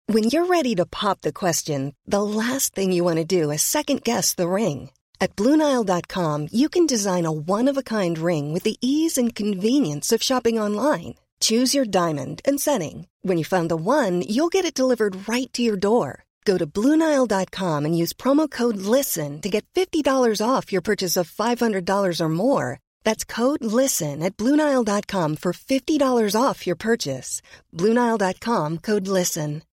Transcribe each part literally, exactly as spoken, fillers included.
When you're ready to pop the question, the last thing you want to do is second-guess the ring. At Blue Nile dot com, you can design a one-of-a-kind ring with the ease and convenience of shopping online. Choose your diamond and setting. When you find the one, you'll get it delivered right to your door. Go to Blue Nile dot com and use promo code LISTEN to get fifty dollars off your purchase of five hundred dollars or more. That's code LISTEN at Blue Nile dot com for fifty dollars off your purchase. Blue Nile dot com, code LISTEN.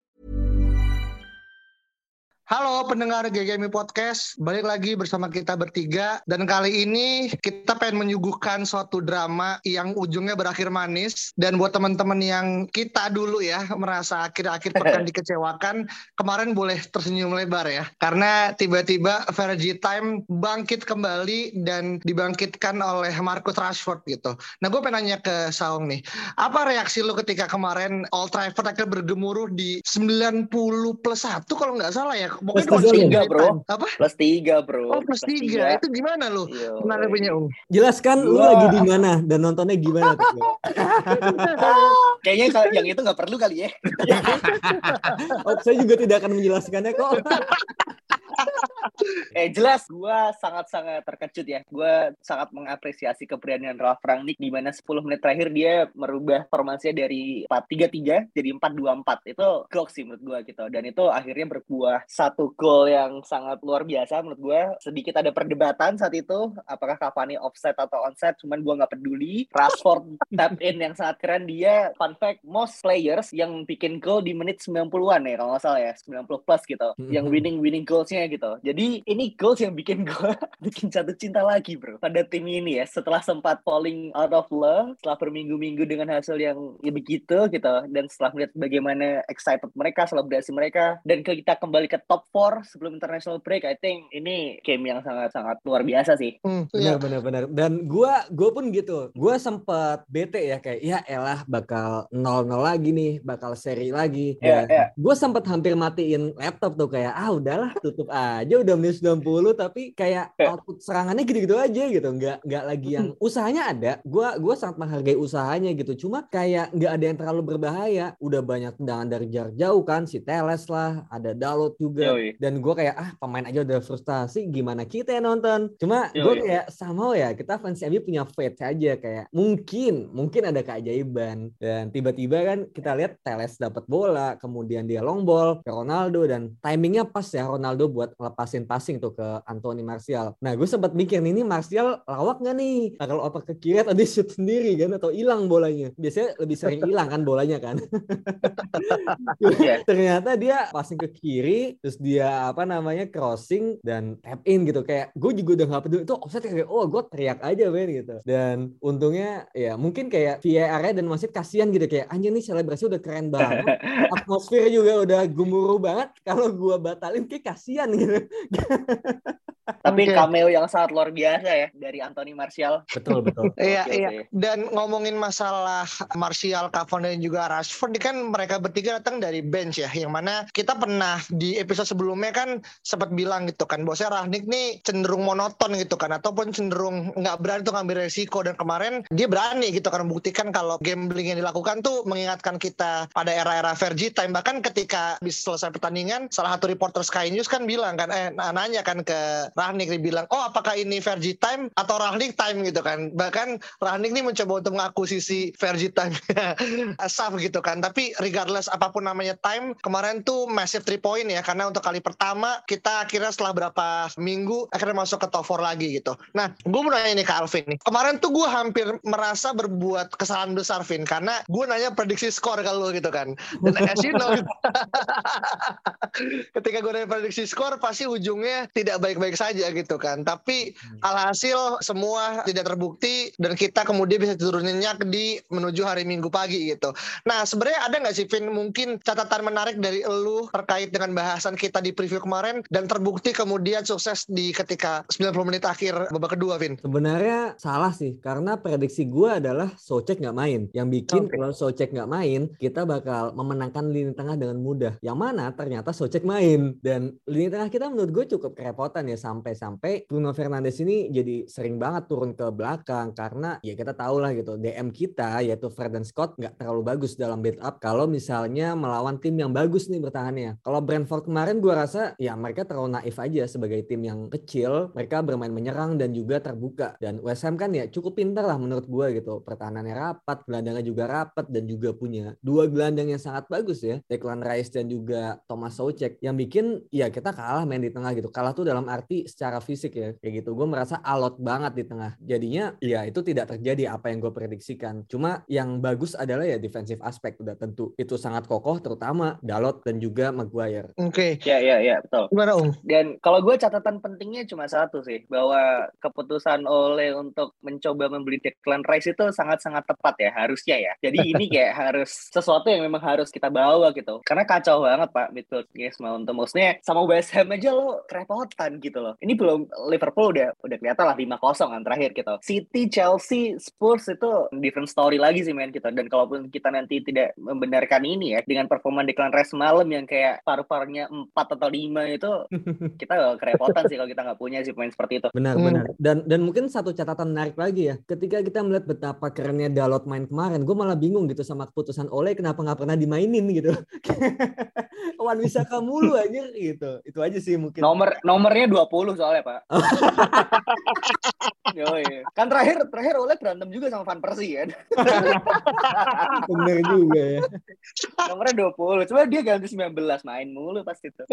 Halo pendengar G G M I Podcast, balik lagi bersama kita bertiga. Dan kali ini kita pengen menyuguhkan suatu drama yang ujungnya berakhir manis. Dan buat teman-teman yang kita dulu ya merasa akhir-akhir pekan dikecewakan, kemarin boleh tersenyum lebar ya. Karena tiba-tiba Fergie Time bangkit kembali dan dibangkitkan oleh Marcus Rashford gitu. Nah gue pengen nanya ke Saung nih, apa reaksi lu ketika kemarin Old Trafford akhirnya bergemuruh di sembilan puluh plus satu kalau nggak salah ya? Mungkin plus tiga bro. Apa? Plus tiga bro. Oh plus tiga. Itu gimana lu? Menanggapinya Um? Jelaskan lu lagi di mana dan nontonnya gimana tuh? Kayaknya yang itu nggak perlu kali ya. Oh, saya juga tidak akan menjelaskannya kok. Eh jelas, gue sangat-sangat terkejut ya. Gue sangat mengapresiasi keberanian Ralf Rangnick di mana sepuluh menit terakhir dia merubah formasinya dari empat tiga tiga jadi empat dua empat. Itu gol sih menurut gue gitu. Dan itu akhirnya berbuah satu gol yang sangat luar biasa menurut gue. Sedikit ada perdebatan saat itu, apakah Cavani offside atau onside, cuman gue gak peduli. Rashford tap in yang sangat keren. Dia, fun fact, most players yang bikin gol di menit sembilan puluhan ya, kalau gak salah ya, sembilan puluh plus gitu. Yang winning-winning goalsnya gitu. Jadi ini goals yang bikin gue bikin jatuh cinta lagi bro pada tim ini ya, setelah sempat falling out of love, setelah berminggu-minggu dengan hasil yang ya begitu gitu, dan setelah melihat bagaimana excited mereka, selebrasi mereka, dan kita kembali ke top empat sebelum international break. I think ini game yang sangat-sangat luar biasa sih. hmm, benar benar benar dan gue gue pun gitu, gue sempat bete ya, kayak ya elah bakal nol nol lagi nih, bakal seri lagi. Yeah, yeah. Gue sempat hampir matiin laptop tuh, kayak ah udahlah tutup aja, udah menit sembilan puluh tapi kayak output serangannya gitu-gitu aja gitu, nggak nggak lagi yang usahanya ada. Gue gue sangat menghargai usahanya gitu, cuma kayak nggak ada yang terlalu berbahaya. Udah banyak tendangan dari jarak jauh kan, si Teles lah, ada Dalot juga. Yoi. Dan gue kayak ah pemain aja udah frustasi, gimana kita yang nonton. Cuma gue kayak sama ya, kita fans M U punya faith aja, kayak mungkin mungkin ada keajaiban. Dan tiba-tiba kan kita lihat Teles dapat bola, kemudian dia long ball ke Ronaldo dan timingnya pas ya Ronaldo buat lepasin passing tuh ke Anthony Martial. Nah gue sempat mikir nih, ini Martial lawak nggak nih? Nah, kalau oper ke kiri atau dia shoot sendiri kan, atau hilang bolanya? Biasanya lebih sering hilang kan bolanya kan. Ternyata dia passing ke kiri, terus dia apa namanya crossing dan tap in gitu. Kayak gue juga udah nggak peduli itu offside, kayak oh gue teriak aja men gitu. Dan untungnya ya mungkin kayak V A R dan wasit kasihan gitu, kayak anjir nih selebrasi udah keren banget, atmosfer juga udah gemuruh banget, kalau gue batalin kayak kasihan gitu. Tapi okay. Cameo yang sangat luar biasa ya dari Anthony Martial. Betul betul. Iya okay, iya. Okay. Dan ngomongin masalah Martial, Cavani dan juga Rashford, kan mereka bertiga datang dari bench ya. Yang mana kita pernah di episode sebelumnya kan sempat bilang gitu kan, bahwasanya Rangnick nih cenderung monoton gitu kan, ataupun cenderung nggak berani tuh ngambil resiko. Dan kemarin dia berani gitu kan, membuktikan kalau gambling yang dilakukan tuh mengingatkan kita pada era-era Fergie Time. Bahkan ketika habis selesai pertandingan, salah satu reporter Sky News kan bilang kan, eh nanya kan ke Rangnick, dibilang oh apakah ini Fergie Time atau Rangnick Time gitu kan. Bahkan Rangnick nih mencoba untuk mengakuisisi Fergie Time Asaf gitu kan. Tapi regardless apapun namanya time, kemarin tuh massive three point ya, karena untuk kali pertama kita akhirnya setelah berapa minggu akhirnya masuk ke top four lagi gitu. Nah gue mau nanya nih ke Alvin nih, kemarin tuh gue hampir merasa berbuat kesalahan besar Vin, karena gue nanya prediksi skor kalau gitu kan. Dan as you know ketika gue nanya prediksi skor pasti ujungnya tidak baik-baik saja gitu kan. Tapi hmm. alhasil semua tidak terbukti dan kita kemudian bisa turuninnya di menuju hari Minggu pagi gitu. Nah sebenarnya ada nggak sih Vin mungkin catatan menarik dari elu terkait dengan bahasan kita di preview kemarin dan terbukti kemudian sukses di ketika sembilan puluh menit akhir babak kedua Vin? Sebenarnya salah sih, karena prediksi gue adalah Souček nggak main. Yang bikin okay. kalau Souček nggak main kita bakal memenangkan lini tengah dengan mudah. Yang mana ternyata Soucek main. Dan lini tengah kita menurut gue cukup kerepotan ya, sampai-sampai Bruno Fernandes ini jadi sering banget turun ke belakang karena ya kita tahu lah gitu, D M kita yaitu Fred dan Scott nggak terlalu bagus dalam build up kalau misalnya melawan tim yang bagus nih bertahannya. Kalau Brentford kemarin gue rasa ya mereka terlalu naif aja sebagai tim yang kecil, mereka bermain menyerang dan juga terbuka. Dan West Ham kan ya cukup pintar lah menurut gue gitu, pertahanannya rapat, gelandangnya juga rapat, dan juga punya dua gelandang yang sangat bagus ya, Declan Rice dan juga Thomas Soucek, yang bikin ya kita kalah main di tengah gitu. Kalah tuh dalam arti secara fisik ya kayak gitu. Gue merasa alot banget di tengah, jadinya ya itu tidak terjadi apa yang gue prediksikan. Cuma yang bagus adalah ya defensive aspek, udah tentu itu sangat kokoh, terutama Dalot dan juga Maguire. Oke. Okay. Ya ya ya betul. Gimana Om? Dan kalau gue catatan pentingnya cuma satu sih, bahwa keputusan Ole untuk mencoba membeli Declan Rice itu sangat-sangat tepat ya, harusnya ya. Jadi ini kayak harus sesuatu yang memang harus kita bawa gitu. Karena kacau banget Pak midfield guys mau untuk maksudnya sama West Ham aja lo kerepotan gitu loh. Ini belum Liverpool udah udah kelihatan lah lima kosong kan terakhir gitu. City, Chelsea, Spurs itu different story lagi sih main kita. Dan kalaupun kita nanti tidak membenarkan ini ya dengan performa Declan Rice malam yang kayak paru-parunya empat atau lima itu kita kerepotan sih kalau kita nggak punya sih pemain seperti itu. Benar-benar. Hmm. Dan dan mungkin satu catatan menarik lagi ya. Ketika kita melihat betapa kerennya Dalot main kemarin, gue malah bingung gitu sama keputusan Ole kenapa nggak pernah dimainin gitu. Wan Bissaka mulu aja gitu. Itu aja sih mungkin. Nomor nomornya dua puluh soalnya, Pak. Yoi. Kan terakhir terakhir Ole berantem juga sama Van Persie kan. Bener juga ya. Nomornya dua puluh. Coba dia ganti sembilan belas, main mulu pasti itu.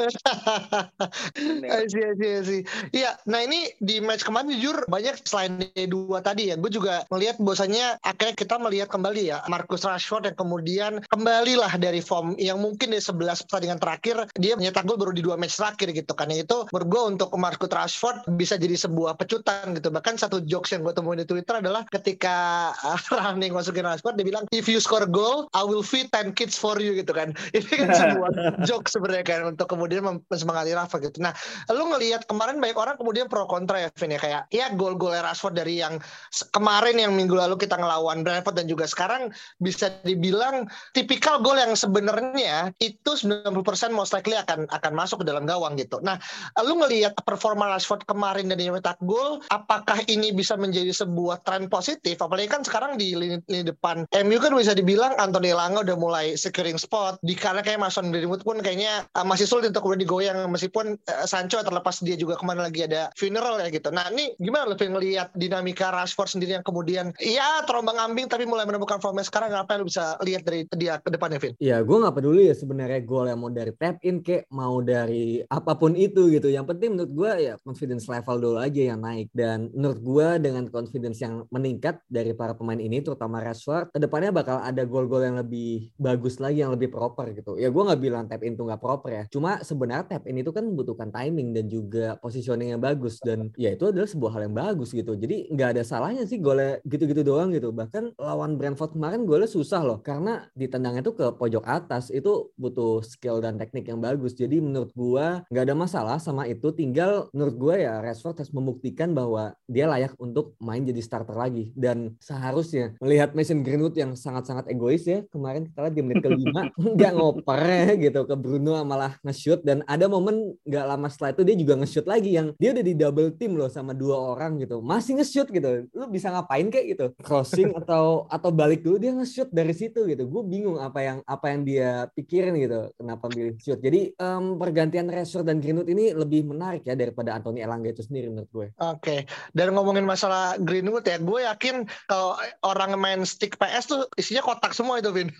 Iya, iya sih. Iya, nah ini di match kemarin jujur banyak selain D dua tadi ya. Gue juga melihat bahwasannya akhirnya kita melihat kembali ya Marcus Rashford yang kemudian kembalilah dari form yang mungkin di sebelas pertandingan terakhir dia menyetak gol baru di dua match terakhir gitu kan. Itu menurut gue untuk Marcus Rashford bisa jadi sebuah pecutan gitu. Bahkan satu jokes yang gue temuin di Twitter adalah ketika uh, Rangnick masukin Rashford dia bilang if you score goal I will feed ten kids for you gitu kan. Ini kan sebuah joke sebenarnya kan untuk kemudian semangati Rafa gitu. Nah, lu ngelihat kemarin banyak orang kemudian pro kontra ya Vin ya, kayak ya gol-gol Rashford dari yang kemarin yang minggu lalu kita ngelawan Brentford dan juga sekarang bisa dibilang tipikal gol yang sebenarnya itu sembilan puluh persen most likely akan akan masuk ke dalam gawang gitu. Nah, lu ngelihat performa Rashford kemarin dan dia mencetak gol, apakah ini bisa menjadi sebuah tren positif? Apalagi kan sekarang di lini, lini depan M U kan bisa dibilang Anthony Elanga udah mulai securing spot, di karena kayak Mason Greenwood pun kayaknya uh, masih sulit untuk kemudian digoyang meskipun uh, Sancho terlepas dia juga kemana lagi ada funeral ya gitu. Nah ini gimana lu ngelihat dinamika Rashford sendiri yang kemudian ya terombang ambing tapi mulai menemukan formnya sekarang, apa yang lu bisa lihat dari dia ke depannya Vin? Ya gue gak peduli ya sebenarnya gol yang mau dari tap in kek mau dari apapun itu gitu. Yang penting menurut gue ya confidence level dulu aja yang naik. Dan menurut gue dengan confidence yang meningkat dari para pemain ini terutama Rashford, kedepannya bakal ada gol-gol yang lebih bagus lagi, yang lebih proper gitu. Ya gue gak bilang tap in tuh gak proper ya. Cuma sebenarnya tap in itu kan membutuhkan timing dan juga positioning yang bagus. Dan ya itu adalah sebuah hal yang bagus gitu. Jadi gak ada salahnya sih golnya gitu-gitu doang gitu. Bahkan lawan Brentford kemarin golnya susah loh. Karena ditendangnya tuh ke pojok atas. Itu butuh skill dan teknik yang bagus. Jadi menurut gue gak ada masalah sama itu. Tinggal menurut gue ya Rashford harus membuktikan bahwa dia layak untuk main jadi starter lagi. Dan seharusnya melihat Mason Greenwood yang sangat-sangat egois ya. Kemarin kita lihat di menit kelima gak ngoper ya gitu ke Bruno, malah nge-shoot. Dan ada momen gak lama setelah itu dia juga nge-shoot lagi yang dia udah di double team loh sama dua orang gitu. Masih nge-shoot gitu. Lu bisa ngapain kayak gitu? Crossing atau atau balik dulu, dia nge-shoot dari situ gitu. Gue bingung apa yang apa yang dia pikirin gitu. Kenapa milih shoot. Jadi um, pergantian Rashford dan Greenwood ini lebih menarik ya daripada Anthony Elanga itu sendiri menurut gue. Oke. Okay. Dan ngomongin masalah Greenwood ya, gue yakin kalau orang main stick P S tuh isinya kotak semua itu Vin.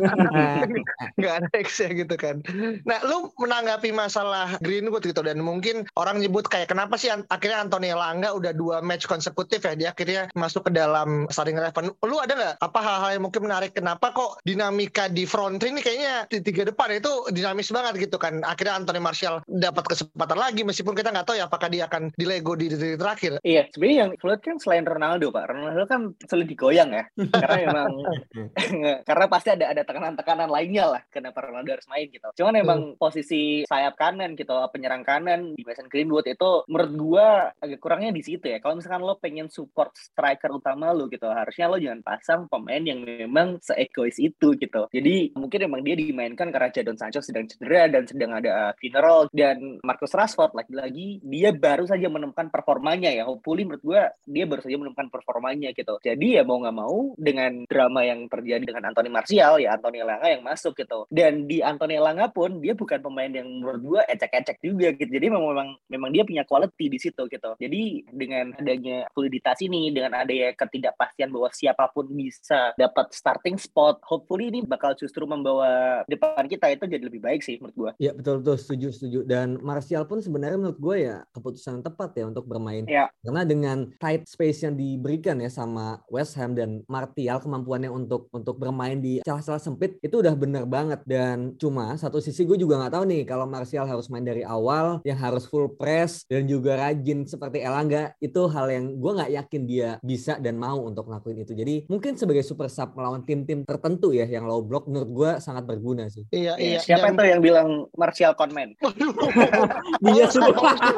Nggak ada X ya gitu kan. Nah lu menanggapi masalah Greenwood gitu, dan mungkin orang nyebut kayak kenapa sih akhirnya Anthony Elanga udah dua match konsekutif ya dia akhirnya masuk ke dalam starting eleven. Lu ada nggak apa hal-hal yang mungkin menarik kenapa kok dinamika di front three ini kayaknya di tiga depan itu dinamis banget gitu kan? Akhirnya Anthony Martial dapat kesempatan lagi meskipun kita nggak tahu ya apakah dia akan dilego di detik terakhir. Iya, sebenarnya ini yang fluid kan selain Ronaldo Pak. Ronaldo kan sulit digoyang ya. Karena memang karena pasti ada ada tekanan-tekanan lainnya lah kenapa Ronaldo harus main gitu. Cuman memang hmm. posisi sayap kanan gitu, penyerang kanan di Mason Greenwood itu menurut gua agak kurangnya di situ ya. Kalau misalkan lo pengen support striker utama lo gitu, harusnya lo jangan pasang pemain yang memang se-egois itu gitu. Jadi mungkin memang dia dimainkan karena Jadon Sancho sedang cedera dan sedang ada Vinicius dan Marcus Rashford lagi-lagi dia baru saja menemukan performanya ya. Hopefully menurut gua dia baru saja menemukan performanya gitu. Jadi ya mau nggak mau dengan drama yang terjadi dengan Anthony Martial ya Anthony Elanga yang masuk gitu. Dan di Anthony Elanga pun dia bukan pemain yang menurut gua ecek-ecek juga gitu. Jadi memang memang dia punya quality di situ gitu. Jadi dengan adanya fluiditas ini, dengan adanya ketidakpastian bahwa siapapun bisa dapat starting spot, hopefully ini bakal justru membawa depan kita itu jadi lebih baik sih menurut gua. Iya betul betul setuju setuju. Dan Martial pun sebenarnya menurut gua ya keputusan yang tepat ya untuk bermain. Ya. Karena dengan tight space yang diberikan ya sama West Ham dan Martial kemampuannya untuk untuk bermain di celah-celah sempit itu udah bener banget. Dan cuma satu sisi gue juga nggak tahu nih kalau Martial harus main dari awal yang harus full press dan juga rajin seperti Elanga, itu hal yang gue nggak yakin dia bisa dan mau untuk ngelakuin itu. Jadi mungkin sebagai super sub melawan tim-tim tertentu ya yang low block menurut gue sangat berguna sih. Iya iya. Siapa dan... itu yang bilang Martial conman? Dia sudah.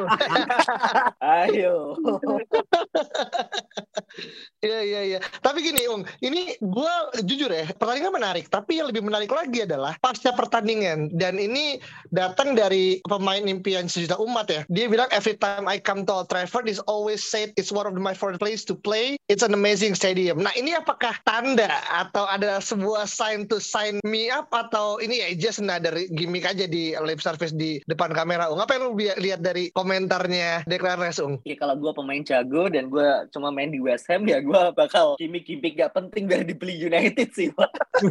Ayo. Iya iya iya. Tapi gini Ung, ini gue jujur ya, pertandingan menarik. Tapi yang lebih menarik lagi adalah pasca pertandingan. Dan ini datang dari pemain impian sejuta umat ya. Dia bilang every time I come to Old Trafford is always said it's one of my favorite place to play. It's an amazing stadium. Nah ini apakah tanda atau ada sebuah sign to sign me up atau ini ya just another gimmick aja di lip service di depan kamera Ung? Apa yang lu lihat dari komentarnya Declan Rice Ung? Ya kalau gue pemain jago dan gue cuma main di West Ham ya gue bakal gimmick-gimmick gak penting biar dibeli United sih Pak.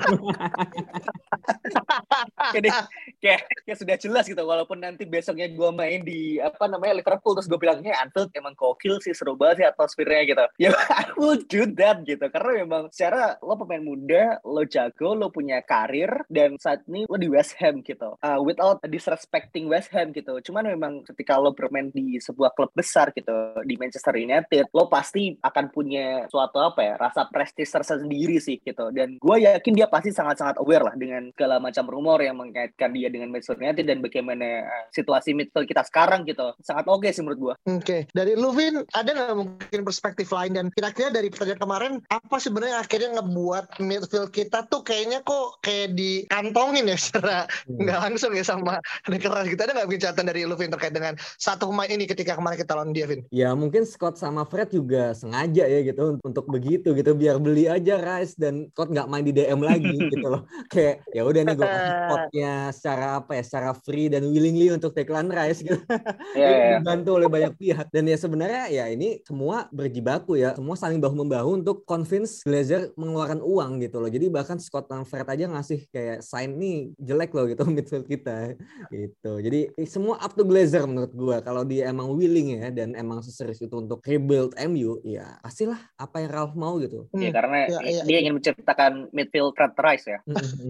Jadi kayak, kayak sudah jelas gitu walaupun nanti besoknya gue main di apa namanya Liverpool terus gue bilangnya Anfield emang gokil sih seru banget sih atmosfernya gitu ya I will do that gitu karena memang secara lo pemain muda lo jago lo punya karir dan saat ini lo di West Ham gitu uh, without disrespecting West Ham gitu cuman memang ketika lo bermain di sebuah klub besar gitu di Manchester United lo pasti akan punya suatu apa ya rasa prestis tersendiri sih gitu dan gue yakin dia pasti sangat-sangat aware lah dengan segala macam rumor yang mengaitkan dia dengan Manchester United dan bagaimana uh, situasi midfield kita sekarang gitu sangat oke okay sih menurut gue. Oke okay. Dari Luvin ada nggak mungkin perspektif lain dan kira-kira dari pertandingan kemarin apa sebenarnya akhirnya ngebuat midfield kita tuh kayaknya kok kayak dikantongin ya secara nggak hmm. langsung ya sama Declan kita. Ada nggak mungkin catatan dari Luvin terkait dengan satu pemain ini ketika kemarin kita lawan dia Vin? Ya mungkin Scott sama Fred juga sengaja ya gitu untuk begitu gitu biar beli aja Rice dan Scott nggak main di D M lagi gitu loh kayak ya udah nih gue kasih spotnya secara apa ya secara free dan willingly untuk Declan Rice gitu yeah, dibantu oleh banyak pihak dan ya sebenarnya ya ini semua berjibaku ya semua saling bahu membahu untuk convince Glazer mengeluarkan uang gitu loh jadi bahkan Scott dan Fred aja ngasih kayak sign nih jelek loh gitu midfield kita gitu jadi semua up to Glazer menurut gue kalau dia emang willing ya dan emang seserius itu untuk rebuild M U ya pastilah apa yang Ralph mau gitu. Ya hmm. karena ya, ya, dia ya. ingin menciptakan midfield Fred Rice ya.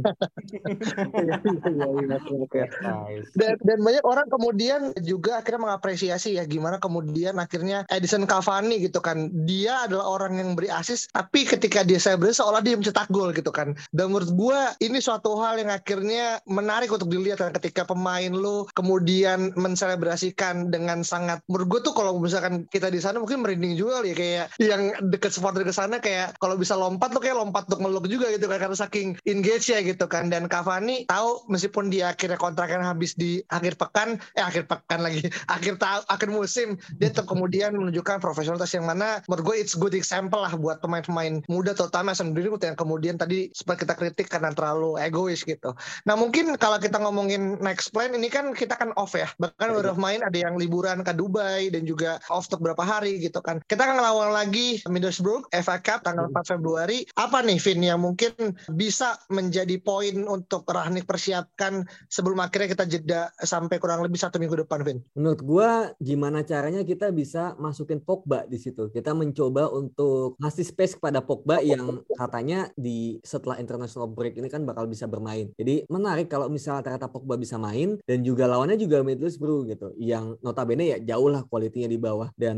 dan, dan banyak orang kemudian juga akhirnya mengapresiasi ya gimana kemudian akhirnya Edison Cavani gitu kan dia adalah orang yang beri assist tapi ketika dia saya beri seolah dia mencetak gol gitu kan dan menurut gue ini suatu hal yang akhirnya menarik untuk dilihat kan ketika pemain lu kemudian menselebrasikan dengan sangat menurut gue tuh kalau misalkan kita di sana mungkin merinding juga ya kayak yang dekat supporter ke sana kayak kalau bisa lompat tuh kayak lompat untuk meluk juga gitu kan karena saking engage ya gitu kan dan Cavani tahu meskipun dia akhirnya kontraknya habis di akhir pekan eh akhir pekan lagi akhir tahun akhir musim dia tetap kemudian menunjukkan profesionalitas yang mana menurut gue it's good example lah buat pemain-pemain muda terutama sendiri yang kemudian tadi seperti kita kritik karena terlalu egois gitu. Nah mungkin kalau kita ngomongin next plan ini kan kita kan off ya bahkan udah main ada yang liburan ke Dubai dan juga off untuk berapa hari gitu kan kita akan ngelawan lagi Middlesbrough F A Cup tanggal empat Februari apa nih Vin yang mungkin bisa menjadi poin untuk Rangnick persiapkan sebelum akhirnya kita jeda sampai kurang lebih satu minggu depan Vin? Menurut gua gimana caranya kita bisa masukin Pogba di situ kita mencoba untuk ngasih space kepada Pogba yang katanya di setelah international break ini kan bakal bisa bermain jadi menarik kalau misalnya ternyata Pogba bisa main dan juga lawannya juga Middlesbrough gitu yang notabene ya jauh lah kualitinya di bawah dan ya ini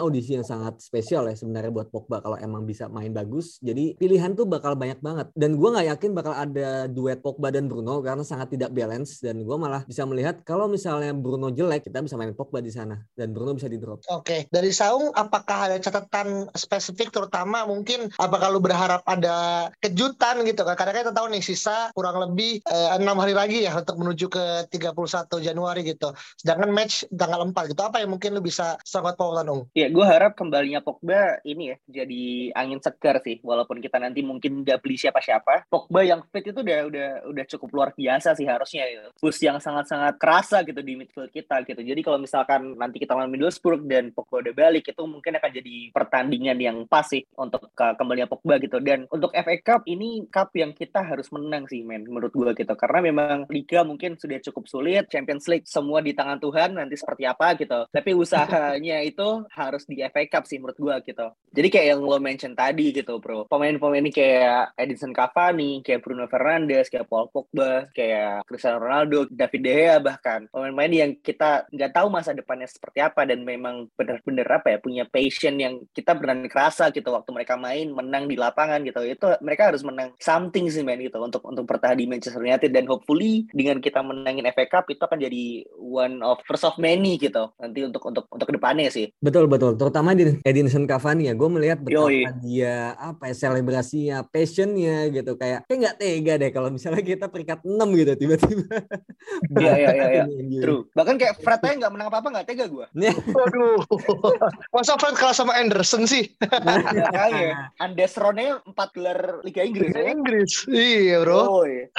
audisi yang sangat spesial ya sebenarnya buat Pogba kalau emang bisa main bagus. Jadi pilihan tuh bakal banyak banget. Dan gue nggak yakin bakal ada duet Pogba dan Bruno karena sangat tidak balance. Dan gue malah bisa melihat kalau misalnya Bruno jelek, kita bisa main Pogba di sana dan Bruno bisa di drop. Oke, dari Saung apakah ada catatan spesifik terutama mungkin apakah lu berharap ada kejutan gitu kan? Karena kita tahu nih sisa kurang lebih enam eh, hari lagi ya untuk menuju ke tiga puluh satu Januari gitu. Sedangkan match tanggal empat gitu. Apa yang mungkin lu bisa sangat pautan Ung? Ya, gue harap kembalinya Pogba ini ya jadi angin segar sih. Walaupun kita nanti mungkin nggak beli siapa-siapa, Pogba yang fit itu udah udah udah cukup luar biasa sih harusnya. Gitu. Boost yang sangat-sangat kerasa gitu di midfield kita gitu. Jadi kalau misalkan nanti kita lawan Middlesbrough dan Pogba udah balik, itu mungkin akan jadi pertandingan yang pas sih untuk ke kembalinya Pogba gitu. Dan untuk F A Cup ini cup yang kita harus menang sih men menurut gue gitu. Karena memang Liga mungkin sudah cukup sulit, Champions League semua di tangan Tuhan nanti seperti apa gitu. Tapi usahanya itu harus di F A Cup sih menurut gue gitu. Jadi kayak yang lo mention tadi gitu bro, pemain-pemain ini kayak Edinson Cavani, kayak Bruno Fernandes, kayak Paul Pogba, kayak Cristiano Ronaldo, David De Gea bahkan pemain-pemain yang kita nggak tahu masa depannya seperti apa dan memang benar-benar apa ya punya passion yang kita benar kerasa gitu waktu mereka main menang di lapangan gitu. Itu mereka harus menang something sih man gitu untuk untuk bertahan di Manchester United dan hopefully dengan kita menangin F A Cup itu akan jadi one of first of many gitu nanti untuk untuk untuk kedepannya sih. Betul betul, terutama di Edinson Cavani ya, gue melihat betapa Yoi. dia apa ya selebrasinya, passionnya gitu kayak kayak nggak tega deh kalau misalnya kita peringkat enam gitu tiba-tiba. Iya iya iya iya. True. Bahkan kayak Fred aja nggak menang apa-apa nggak tega gue. Waduh. Masa Fred kalah sama Anderson sih? Ya kayaknya. Andes Ronnya empat gelar Liga Inggris Liga ya. Inggris. Iya bro. Oh, iya.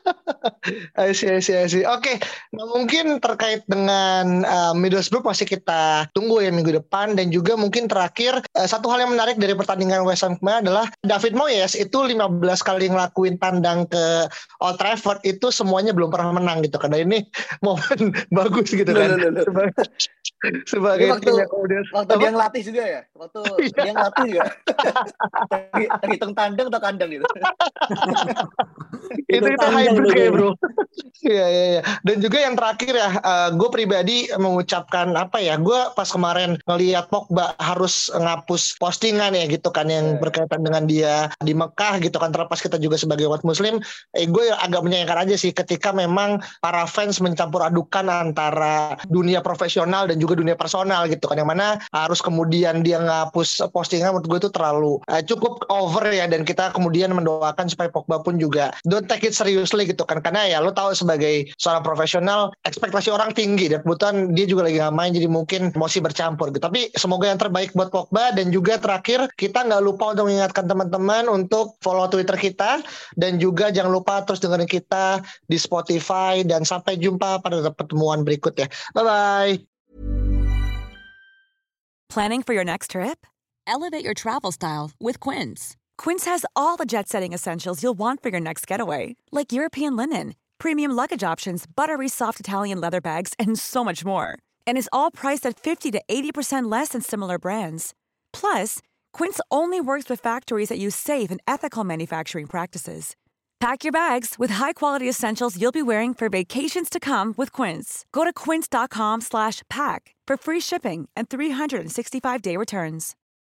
I see, I see, I see. Oke, nah mungkin terkait dengan uh, Middlesbrough masih kita tunggu ya minggu depan. Dan juga mungkin terakhir uh, satu hal yang menarik dari pertandingan West Ham kemarin adalah David Moyes itu lima belas kali ngelakuin tandang ke Old Trafford itu semuanya belum pernah menang gitu. Karena ini momen bagus gitu kan. Loh, loh, loh. Sebagai, sebagai waktu, tim yang kemudian waktu dia ngelatih juga ya? Waktu dia ngelatih juga? Terhitung tandang atau kandang gitu? itu kita hybrid kayak bro. Iya iya iya. Dan juga yang terakhir ya, uh, gue pribadi mengucapkan apa ya, gue pas kemarin ngelihat Pogba harus ngapus postingan ya gitu kan yang yeah. berkaitan dengan dia di Mekah gitu kan, terlepas kita juga sebagai umat Muslim, eh, gue agak menyayangkan aja sih ketika memang para fans mencampur adukan antara dunia profesional dan juga dunia personal gitu kan, yang mana harus kemudian dia ngapus postingan menurut gue itu terlalu uh, cukup over ya. Dan kita kemudian mendoakan supaya Pogba pun juga don't take it seriously gitu kan, karena ya lo tahu sebagai seorang profesional ekspektasi orang tinggi dan kebetulan dia juga lagi nggak main jadi mungkin emosi bercampur gitu. Tapi semoga yang terbaik buat Pogba. Dan juga terakhir kita nggak lupa untuk mengingatkan teman-teman untuk follow Twitter kita dan juga jangan lupa terus dengerin kita di Spotify dan sampai jumpa pada pertemuan berikutnya. Bye bye. Planning for your next trip? Elevate your travel style with Quince. Quince has all the jet-setting essentials you'll want for your next getaway, like European linen, premium luggage options, buttery soft Italian leather bags, and so much more. And is all priced at fifty to eighty percent less than similar brands. Plus, Quince only works with factories that use safe and ethical manufacturing practices. Pack your bags with high-quality essentials you'll be wearing for vacations to come with Quince. Go to quince.com slash pack for free shipping and three sixty-five day returns.